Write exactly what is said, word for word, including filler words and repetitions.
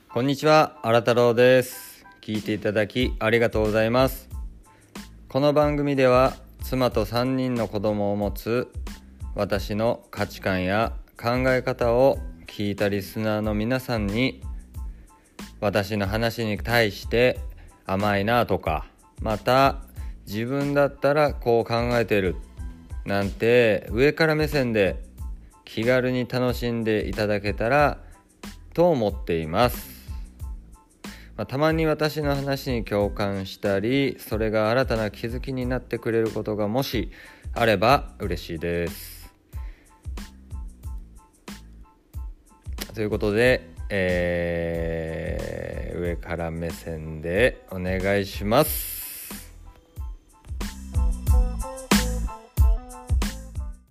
こんにちは、新太郎です。聞いていただきありがとうございます。この番組では妻とさんにんの子供を持つ私の価値観や考え方を聞いたリスナーの皆さんに、私の話に対して甘いなとか、また自分だったらこう考えてるなんて上から目線で気軽に楽しんでいただけたらと思っています。まあ、たまに私の話に共感したり、それが新たな気づきになってくれることがもしあれば嬉しいです。ということで、えー、上から目線でお願いします。